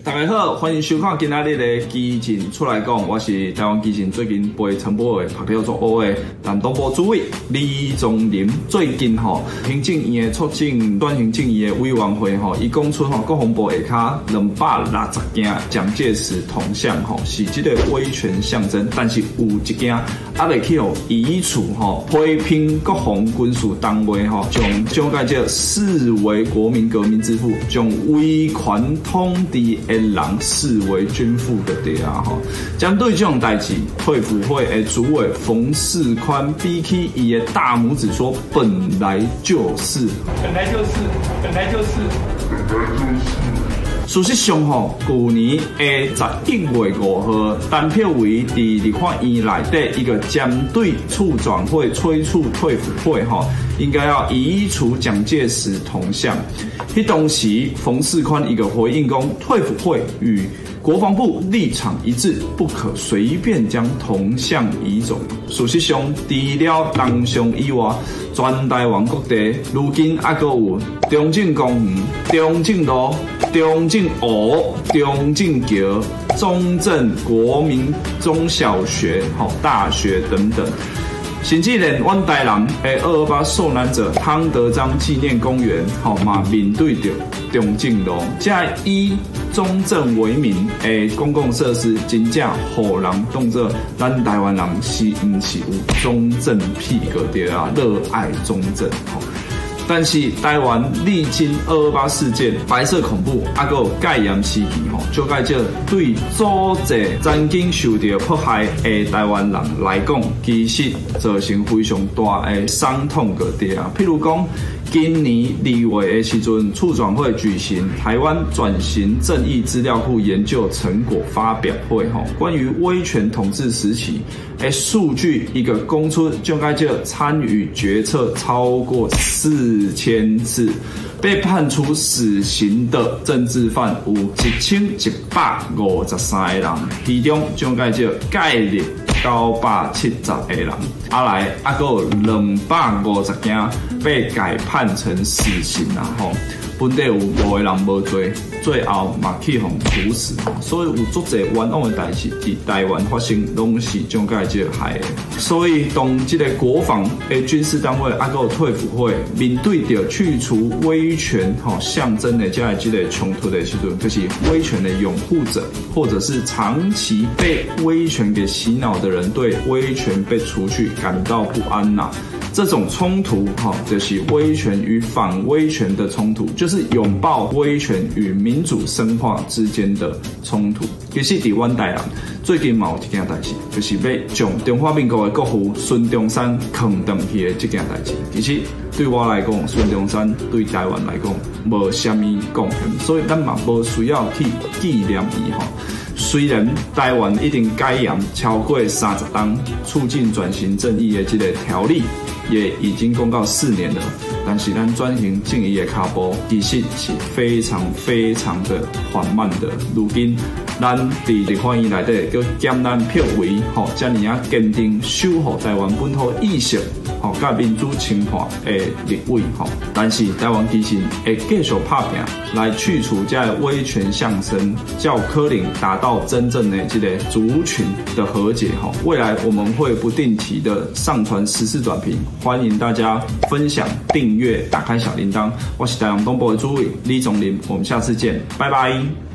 大家好，欢迎收看今仔日的基进出来讲，我是台湾基进最近陪陈柏伟拍票做乌的南东部主委李宗霖。最近行政院的促进转型正义的委员会伊讲出国防部下骹260件蒋介石铜像是这个威权象征，但是有一件未去移除批评国防军事单位将蒋介石视为国民革命之父，将威权统治的人视为军父的对啊针对这种代志，退辅会的主委冯世宽比起伊的大拇指说：“本来就是， 本来就是，本来就是，本来就是。” 事实上去年的11月5号，陈佩维在立法院内底一个针对促转会催促退辅会应该要移除蒋介石铜像。当时冯世宽一个回应说，退辅会与国防部立场一致，不可随便将铜像移走。事实上，除了东上以外，全台湾各地如今还有中正公园、中正路、中正湖、中正桥、中正国民中小学、大学等等。甚至连阮台南的228受难者汤德章纪念公园，嘛面对着中正路，这以中正为名的公共设施，真正互人当作咱台湾人是毋是有中正屁个对啊？热爱中正但是台湾历经228事件、白色恐怖，还有戒严时期蒋介石对组织曾经受到迫害的台湾人来讲，其实造成非常大的伤痛个对啊。譬如讲，今年2月的时阵，促转会举行台湾转型正义资料库研究成果发表会关于威权统治时期的数据，一个公出蒋介石参与决策超过4000次，被判处死刑的政治犯有1153个人，其中蒋介石介入970个人，来还有250件被改判成死刑本地有5个人无罪，最后嘛去互处死，所以有足侪冤枉的代志伫台湾发生，拢是蒋介石害的。所以当这个国防的军事单位还有退辅会面对着去除威权象征的这个冲突的时阵，就是威权的拥护者，或者是长期被威权给洗脑的人，对威权被除去感到不安这种冲突就是威权与反威权的冲突，就是拥抱威权与民主深化之间的冲突。其实在阮台南最近嘛有一件代志，就是要将中华民国的国父孙中山放回去的这件代志。其实对我来讲，孙中山对台湾来讲无什么贡献，所以咱嘛无需要去纪念伊虽然台湾已经改严超过30档，促进转型正义的这个条例也已经公告4年了，但是咱转型正义的脚步其实是非常非常的缓慢的。如今咱在立法院内底叫艰难票位这么坚定守护台湾本土意识甲民主清判的立委但是台湾基进会继续打拼来去除这个威权象征，叫可能达到真正的这个族群的和解未来我们会不定期的上传时事短评，欢迎大家分享、订阅、打开小铃铛。我是台湾东部的主委李宗霖，我们下次见，拜拜。